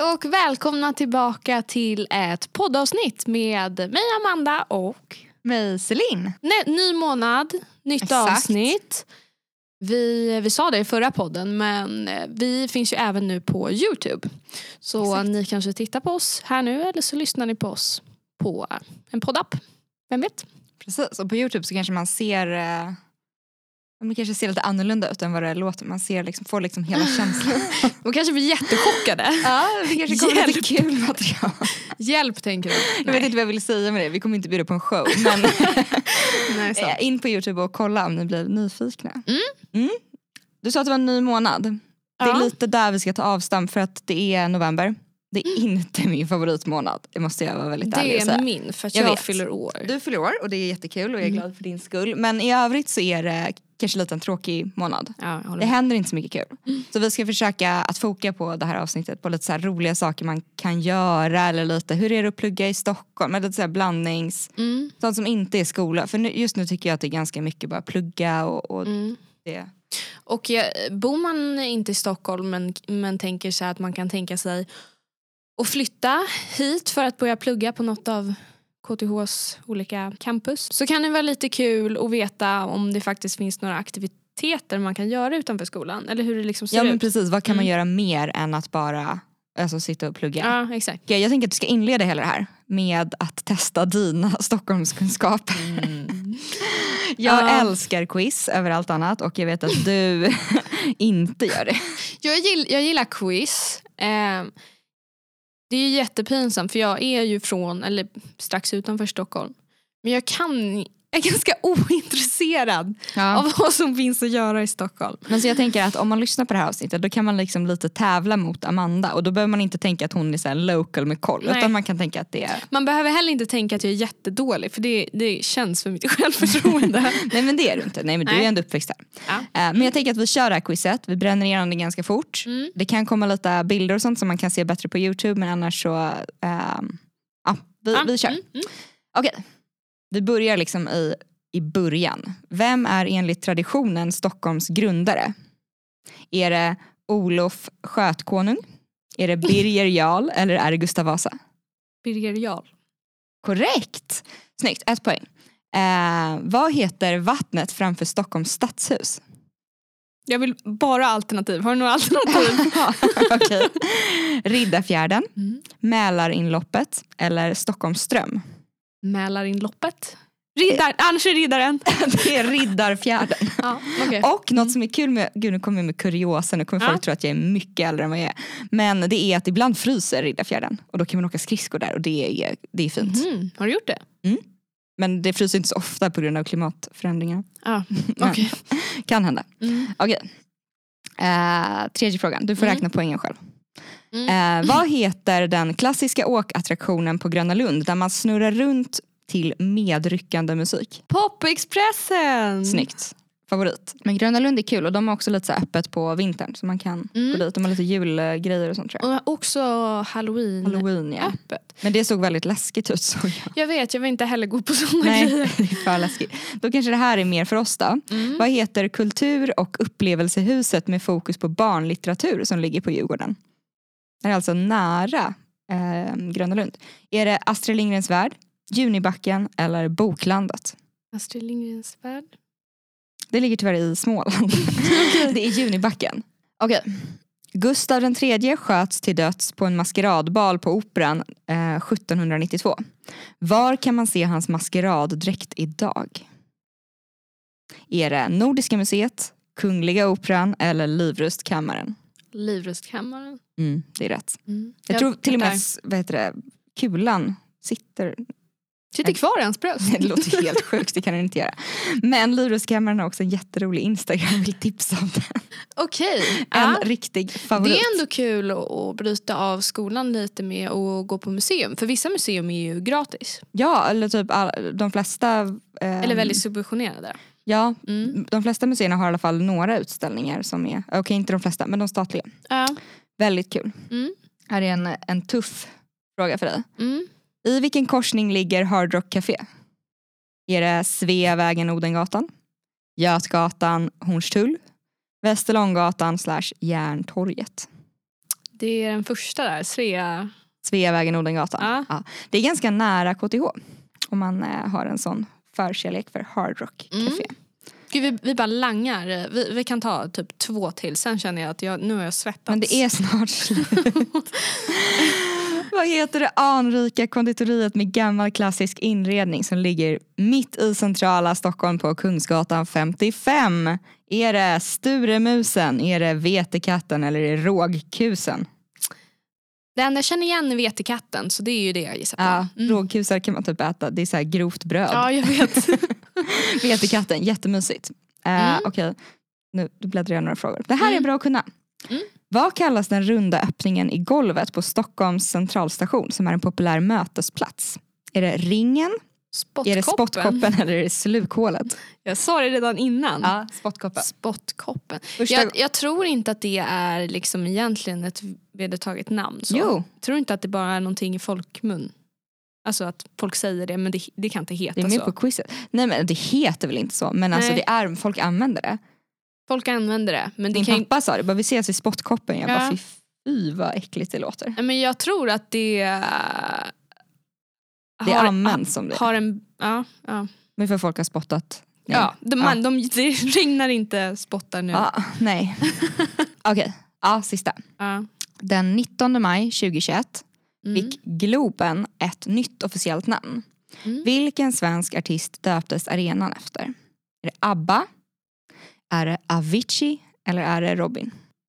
och välkomna tillbaka till ett poddavsnitt med mig Amanda och mig Celine. Ny månad, nytt Exakt. avsnitt. Vi sa det i förra podden, men vi finns ju även nu på YouTube. Så Exakt. ni kanske tittar på oss här nu eller så lyssnar ni på oss på en poddapp. Vem vet? Precis, och på YouTube så kanske man ser man kanske ser lite annorlunda ut än vad det låter. Man ser liksom, får liksom hela känslan. De kanske blir jättechockade. Ja, det kanske kommer lite kul material. Hjälp, tänker du? Jag vet inte vad jag vill säga med det. Vi kommer inte bjuda på en show. Men Nej, sant. in på YouTube och kolla om ni blir nyfikna. Du sa att det var en ny månad. Det är lite där vi ska ta avstamp för att det är november. Det är inte min favoritmånad. Det måste jag vara väldigt ärlig och säga. Det är min, för att Jag jag vet. fyller år. Du fyller år och det är jättekul och jag är glad för din skull. Men i övrigt så är det kanske lite en tråkig månad. Ja, jag håller Det med. händer inte så mycket kul. Så vi ska försöka att foka på det här avsnittet på lite så här roliga saker man kan göra. Eller lite, hur är det att plugga i Stockholm? Med lite så här blandnings. Sånt som inte är skola. För just nu tycker jag att det är ganska mycket bara plugga och det. Och bor man inte i Stockholm men tänker sig att man kan tänka sig att flytta hit för att börja plugga på något av KTHs olika campus, så kan det vara lite kul att veta om det faktiskt finns några aktiviteter man kan göra utanför skolan. Eller hur det liksom ser Ja men ut. precis, vad kan man göra mer än att bara sitta och plugga? Ja, exakt. Jag tänker att du ska inleda hela det här med att testa dina Stockholmskunskaper. Jag älskar quiz över allt annat och jag vet att du inte gör det. Jag gillar quiz. Det är ju jättepinsamt för jag är ju strax utanför Stockholm. Men jag är ganska ointresserad av vad som finns att göra i Stockholm. Men så jag tänker att om man lyssnar på det här avsnittet då kan man liksom lite tävla mot Amanda. Och då behöver man inte tänka att hon är så här local med koll. Nej. Utan man kan tänka att det är... Man behöver heller inte tänka att jag är jättedålig, för det känns för mitt självförtroende. Nej men det är du inte. Nej men du är ändå uppväxt här. Ja. Men jag tänker att vi kör det här quizet. Vi bränner igenom det ganska fort. Det kan komma lite bilder och sånt som man kan se bättre på YouTube. Men annars så... vi kör. Okej. Vi börjar liksom i början. Vem är enligt traditionen Stockholms grundare? Är det Olof Skötkonung? Är det Birger Jarl eller är det Gustav Vasa? Birger Jarl. Korrekt! Snyggt, 1 poäng. Vad heter vattnet framför Stockholms stadshus? Jag vill bara alternativ. Har du några alternativ? Okej. Riddarfjärden, Mälarinloppet eller Stockholmsström? Mälarinloppet. Annars är riddaren. Det är Riddarfjärden. Ja, okay. Och något som är kul med, gud nu kommer jag med kuriosa, nu kommer folk tro att jag är mycket äldre än vad jag är. Men det är att ibland fryser Riddarfjärden och då kan man åka skridskor där och det är fint. Har du gjort det? Men det fryser inte så ofta på grund av klimatförändringar. Ja, okej. Kan hända. Okej. Tredje frågan, du får räkna poängen själv. Vad heter den klassiska åkattraktionen på Gröna Lund där man snurrar runt till medryckande musik? Popexpressen! Snyggt. Favorit. Men Gröna Lund är kul och de har också lite så här öppet på vintern så man kan gå dit. De har lite julgrejer och sånt tror jag. Och också Halloween ja. öppet. Men det såg väldigt läskigt ut så jag vill inte heller gå på sådana Nej, grejer. det är för läskigt. Då kanske det här är mer för oss då. Vad heter kultur- och upplevelsehuset med fokus på barnlitteratur som ligger på Djurgården? Det är alltså nära Gröna Lund. Är det Astrid Lindgrens värld, Junibacken eller Boklandet? Astrid Lindgrens värld. Det ligger tyvärr i Småland. Det är Junibacken. Okej. Gustav III sköts till döds på en maskeradbal på Operan 1792. Var kan man se hans maskeraddräkt idag? Är det Nordiska museet, Kungliga Operan eller Livrustkammaren? Livrustkammaren. Det är rätt. Jag tror till och med kulan sitter kvar i hans bröst. Det låter helt sjukt, det kan den inte göra. Men Livrustkammaren har också en jätterolig Instagram, vill tipsa om den. Okej. En riktig favorit. Det är ändå kul att bryta av skolan lite med och gå på museum. För vissa museum är ju gratis. Ja, eller typ de flesta... eller väldigt subventionerade. Ja, de flesta museerna har i alla fall några utställningar som är... Okej, inte de flesta, men de statliga. Ja. Väldigt kul. Här är en tuff fråga för dig. I vilken korsning ligger Hard Rock Café? Är det Sveavägen Odengatan, Götgatan Hornstull, Västerlånggatan / Järntorget? Det är den första där, Sveavägen, Odengatan. Ja. Ja. Det är ganska nära KTH. Om man har en sån förkärlek för Hard Rock Café. Gud, vi bara langar. Vi kan ta typ 2 till. Sen känner jag att nu har jag svettats. Men det är snart slut. Vad heter det anrika konditoriet med gammal klassisk inredning som ligger mitt i centrala Stockholm på Kungsgatan 55? Är det Sturemusen, är det Vetekatten eller är det Rågkusen? Det enda jag känner igen är Vetekatten, så det är ju det jag gissar på. Ja, rågkusar kan man typ äta. Det är så här grovt bröd. Ja, jag vet. Vetekatten, jättemysigt. Okej, nu bläddrar jag några frågor. Det här är bra att kunna. Vad kallas den runda öppningen i golvet på Stockholms centralstation som är en populär mötesplats? Är det ringen? Spottkoppen. Är det spottkoppen eller är det slukhålet? Jag sa det redan innan. Ja, spottkoppen. Spottkoppen. Jag tror inte att det är liksom egentligen ett vedertaget namn. Så. Jo. Jag tror inte att det bara är någonting i folkmun. Alltså att folk säger det, men det kan inte heta så. Det är med på quizet. Nej, men det heter väl inte så. Men alltså det är, folk använder det. Folk använder det. Men Din pappa sa det, bara vi ses i spottkoppen. Jag bara, fy vad äckligt det låter. Men jag tror att det används som det. Har en, ja. Men för folk har spottat. Nej. Ja, det regnar inte spottar nu. Nej. Okej, sista. Den 19 maj 2021 fick Globen ett nytt officiellt namn. Vilken svensk artist döptes arenan efter? Är det ABBA? Är det Avicii? Eller är det Robin?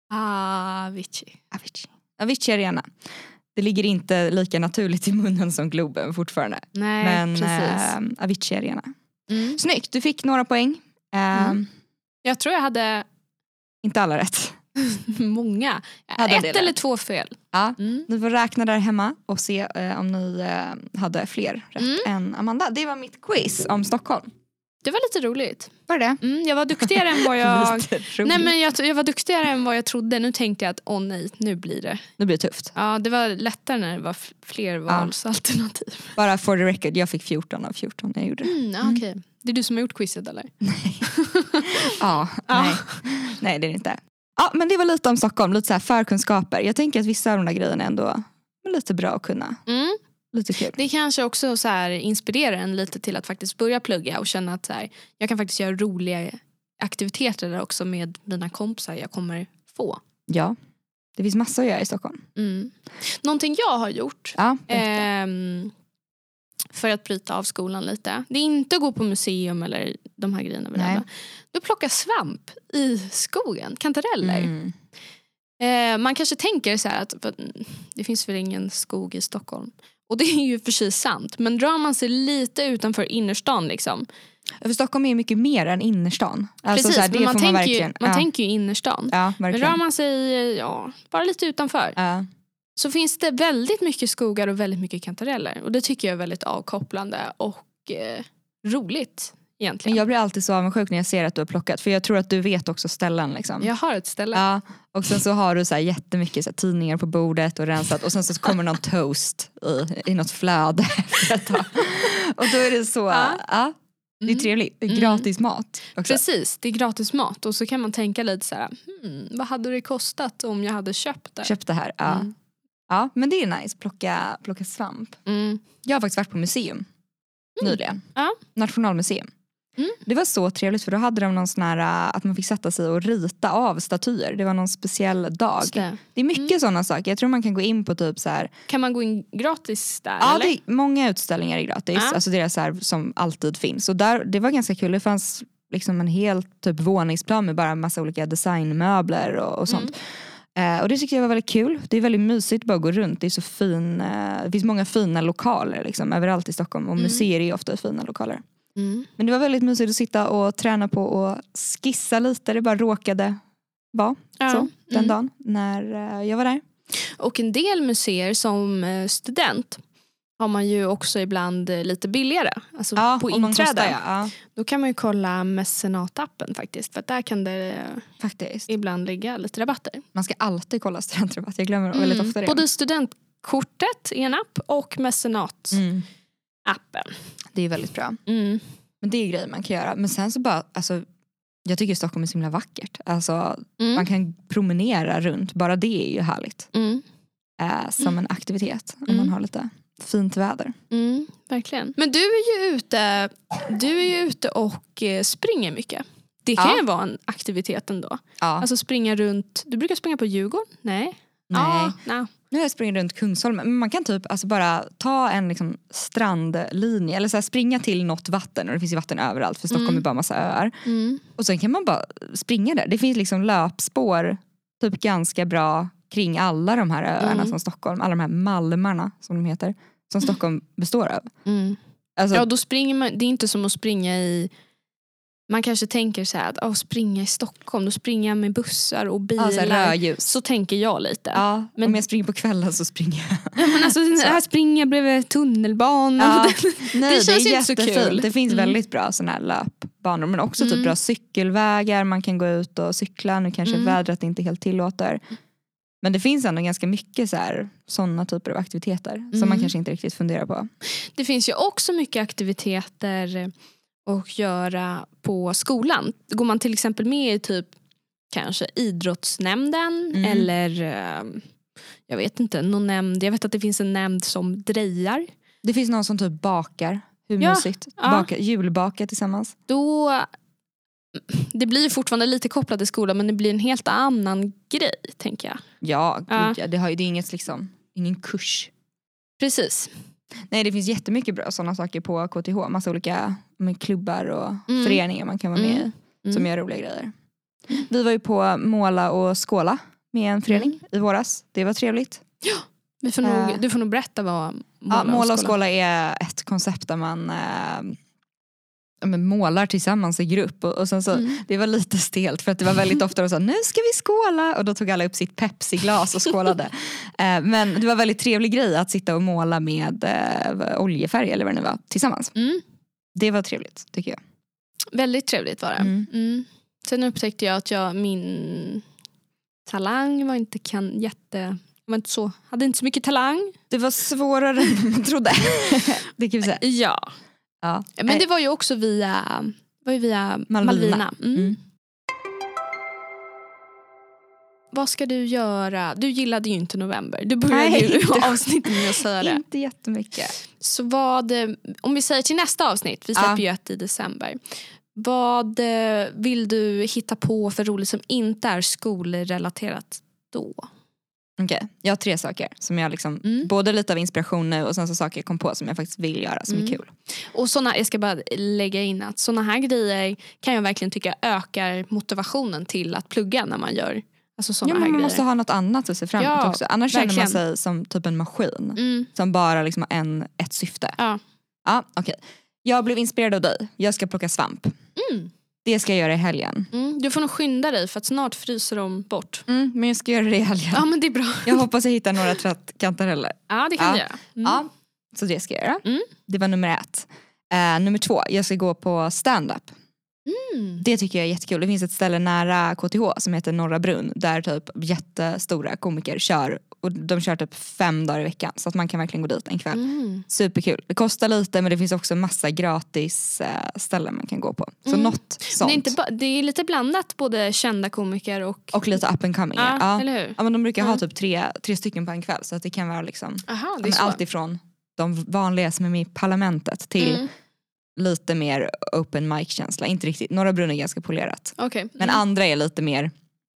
Avicii Arena. Det ligger inte lika naturligt i munnen som Globen fortfarande. Nej, men precis. Avicii Arena. Snyggt, du fick några poäng. Jag tror jag hade inte alla rätt. Många. Ett eller 2 fel. Ja, ni får räkna där hemma och se om ni hade fler rätt än Amanda. Det var mitt quiz om Stockholm. Det var lite roligt. Var det? Jag var duktigare än vad jag... Nej, men jag var duktigare än vad jag trodde. Nu tänkte jag att nej, nu blir det. Nu blir det tufft. Ja, det var lättare när det var fler valsalternativ. Bara for the record, jag fick 14 av 14 jag gjorde. Okej. Det är du som har gjort quizet, eller? Nej. Nej, det är det inte. Ja, men det var lite om Stockholm, lite så här förkunskaper. Jag tänker att vissa av de där grejerna ändå är lite bra att kunna. Lite kul. Det kanske också så här inspirerar en lite till att faktiskt börja plugga och känna att så här, jag kan faktiskt göra roliga aktiviteter där också med mina kompisar jag kommer få. Ja, det finns massor att göra i Stockholm. Någonting jag har gjort för att bryta av skolan lite. Det är inte att gå på museum eller de här grejerna. Du plockar svamp i skogen, kantareller. Man kanske tänker så här att det finns väl ingen skog i Stockholm. Och det är ju för sig sant. Men drar man sig lite utanför innerstan liksom. För Stockholm är mycket mer än innerstan. Alltså, precis, så här, det men man tänker ju innerstan. Ja, men drar man sig bara lite utanför. Så finns det väldigt mycket skogar och väldigt mycket kantareller. Och det tycker jag är väldigt avkopplande och roligt. Egentligen. Men jag blir alltid så avundsjuk när jag ser att du har plockat. För jag tror att du vet också ställen liksom. Jag har ett ställe. Ja, och sen så har du så här jättemycket så här tidningar på bordet och rensat. Och sen så kommer någon toast i något flöde. Och då är det så, det är trevligt. Det är gratis mat också. Precis, det är gratis mat. Och så kan man tänka lite så här, vad hade det kostat om jag hade köpt det? Köpt det här, Ja, men det är nice, plocka svamp. Jag har faktiskt varit på museum nyligen. Nationalmuseum. Det var så trevligt för då hade de någon sån här att man fick sätta sig och rita av statyer. Det var någon speciell dag. Det är mycket sådana saker. Jag tror man kan gå in på typ så här. Kan man gå in gratis där? Ja, eller? Många utställningar är gratis. Alltså det är så här som alltid finns. Och det var ganska kul. Det fanns liksom en hel typ våningsplan med bara en massa olika designmöbler och sånt. Och det tyckte jag var väldigt kul. Det är väldigt mysigt bara att gå runt. Det är så fin. Det finns många fina lokaler liksom, överallt i Stockholm. Och museer är ofta fina lokaler. Men det var väldigt mysigt att sitta och träna på och skissa lite. Det bara råkade vara så den dagen när jag var där. Och en del museer som student har man ju också ibland lite billigare. Alltså på inträde. Då kan man ju kolla mecenatappen faktiskt. För att där kan det faktiskt ibland ligga lite rabatter. Man ska alltid kolla studentrabatt. Jag glömmer väldigt ofta det. Både studentkortet i en app och mecenatappen. Det är väldigt bra. Men det är grejer man kan göra. Men sen så bara, alltså, Jag tycker Stockholm är så himla vackert. Alltså, man kan promenera runt. Bara det är ju härligt. Som en aktivitet. Om man har lite fint väder. Verkligen. Men du är ju ute och springer mycket. Det kan ju vara en aktivitet ändå. Ja. Alltså springa runt. Du brukar springa på Djurgården? Nej. Nu har jag sprungit runt Kungsholmen. Men man kan typ alltså bara ta en liksom strandlinje. Eller så här, springa till något vatten. Och det finns ju vatten överallt. För Stockholm är bara massa öar. Och sen kan man bara springa där. Det finns liksom löpspår. Typ ganska bra kring alla de här öarna som Stockholm. Alla de här malmarna som de heter. Som Stockholm består av. Alltså, ja, då springer man. Det är inte som att springa i... Man kanske tänker så här att springa i Stockholm, då springer jag med bussar och bilar. Så tänker jag lite. Ja, men om jag springer på kvällen så springer jag. Ja, men alltså, här springer jag bredvid tunnelbanan. Ja. Nej, det känns inte så kul. Det finns väldigt bra såna här löpbanor. Men också typ bra cykelvägar. Man kan gå ut och cykla. Nu kanske vädret inte helt tillåter. Men det finns ändå ganska mycket såna typer av aktiviteter. Som man kanske inte riktigt funderar på. Det finns ju också mycket aktiviteter och göra på skolan. Går man till exempel med i typ kanske idrottsnämnden eller jag vet inte, någon nämnd. Jag vet att det finns en nämnd som drejar. Det finns någon som typ bakar. Hur mysigt. Julbaka tillsammans. Då det blir fortfarande lite kopplat till skolan, men det blir en helt annan grej, tänker jag. Ja. Det är inget liksom, ingen kurs. Precis. Nej, det finns jättemycket bra sådana saker på KTH. Massa olika klubbar och föreningar man kan vara med i. Som gör roliga grejer. Vi var ju på Måla och Skåla med en förening i våras. Det var trevligt. Ja, du får nog berätta vad Måla och Skåla är ett koncept där man målar tillsammans i grupp. Och sen så, det var lite stelt för att det var väldigt ofta de sa, nu ska vi skåla. Och då tog alla upp sitt Pepsi-glas och skålade. Men det var en väldigt trevlig grej att sitta och måla med oljefärg eller vad det nu var tillsammans. Det var trevligt, tycker jag. Väldigt trevligt var det. Sen upptäckte jag att min talang var inte hade inte så mycket talang. Det var svårare än man trodde. Det kan vi säga. Ja. Men det var ju också via Malvina. Vad ska du göra? Du gillade ju inte november. Du började ju avsnittet med att säga det. Inte jättemycket. Så om vi säger till nästa avsnitt, vi släpper ju ett i december. Vad vill du hitta på för roligt som inte är skolrelaterat då? Okej, jag har 3 saker som jag liksom, både lite av inspiration nu och sen så saker jag kom på som jag faktiskt vill göra som är kul. Och jag ska bara lägga in att såna här grejer kan jag verkligen tycka ökar motivationen till att plugga när man gör såna här man grejer. måste ha något annat att se fram emot också. Annars känner man sig som typ en maskin som bara liksom har ett syfte. Ja, okej. Jag blev inspirerad av dig. Jag ska plocka svamp. Det ska jag göra i helgen. Du får nog skynda dig för att snart fryser de bort. Men jag ska göra det i helgen. Ja, men det är bra. Jag hoppas jag hittar några trattkantareller. Ja, det kan du göra. Ja, så det ska jag göra. Det var nummer 1. Nummer 2, jag ska gå på stand-up. Det tycker jag är jättekul. Det finns ett ställe nära KTH som heter Norra Brunn. Där typ jättestora komiker kör. Och de kör typ 5 dagar i veckan. Så att man kan verkligen gå dit en kväll. Superkul. Det kostar lite, men det finns också massa gratis ställen man kan gå på. Så något sånt. Det är lite blandat, både kända komiker och lite up and coming. Eller hur? Ja, men de brukar ha typ 3 stycken på en kväll. Så att det kan vara liksom allt ifrån de vanliga som är med i parlamentet till lite mer open mic-känsla. Inte riktigt. Norra Brunn är ganska polerat. Men andra är lite mer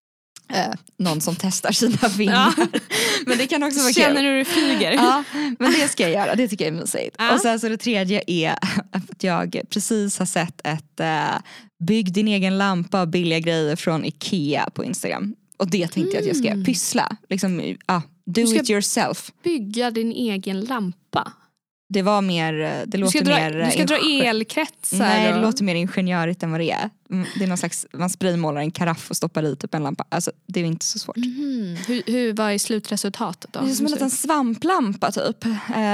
någon som testar sina vingar. Men det kan också vara kul. Känner du det flyger? Ja, men det ska jag göra. Det tycker jag är mysigt. Och sen så det tredje är att jag precis har sett ett bygg din egen lampa och billiga grejer från Ikea på Instagram. Och det tänkte jag att jag ska pyssla. Liksom, do it yourself. Bygga din egen lampa. Det var mer, det låter mer... Du ska dra elkretsar. Nej, det låter mer ingenjörigt än vad det är. Det är någon slags, man spraymålar en karaff och stoppar i typ en lampa. Alltså, det är inte så svårt. Vad är slutresultatet då? Det är som en liten svamplampa typ.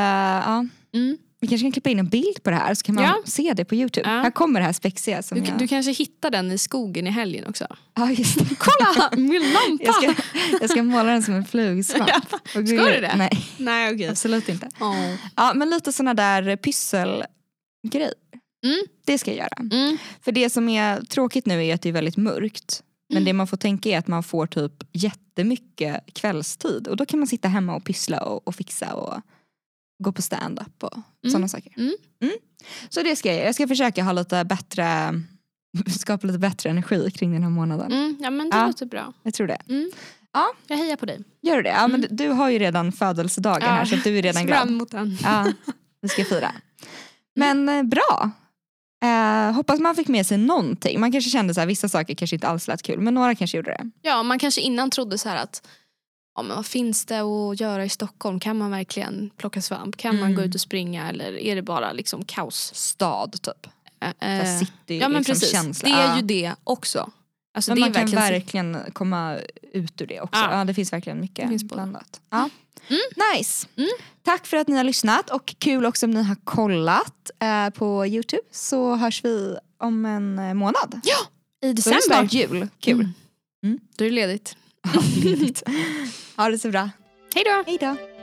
Vi kanske kan klippa in en bild på det här så kan man se det på YouTube. Här kommer det här spexiga. Som du kanske hittar den i skogen i helgen också. Ja, just det. Kolla, min lampa! Jag ska måla den som en flugsvamp. Ska du det? Nej, okej. Absolut inte. Ja, men lite såna där pysselgrejer. Det ska jag göra. För det som är tråkigt nu är att det är väldigt mörkt. Men det man får tänka är att man får typ jättemycket kvällstid. Och då kan man sitta hemma och pyssla och fixa och gå på stand-up och sådana saker. Så det ska jag göra. Jag ska försöka ha lite bättre, skapa lite bättre energi kring den här månaden. Ja, men det låter bra. Jag tror det. Ja, jag hejar på dig. Gör du det? Ja, men du har ju redan födelsedagar här så att du är redan glad. Fram emot den. Ja, vi ska fira. Men bra. Hoppas man fick med sig någonting. Man kanske kände så här, vissa saker kanske inte alls lät kul, men några kanske gjorde det. Ja, man kanske innan trodde så här att men vad finns det att göra i Stockholm? Kan man verkligen plocka svamp? Kan man gå ut och springa? Eller är det bara liksom kaos? Stad typ. City, ja men liksom, precis, känsla. det är ju det också. Alltså, men det man är kan verkligen komma ut ur det också. Ja, det finns verkligen mycket blandat. Ja. Nice. Tack för att ni har lyssnat. Och kul också om ni har kollat på YouTube. Så hörs vi om en månad. Ja, i december. Så är det snart jul. Kul. Då är det ledigt. Ja, ledigt. Ha det så bra. Hej då. Hej då.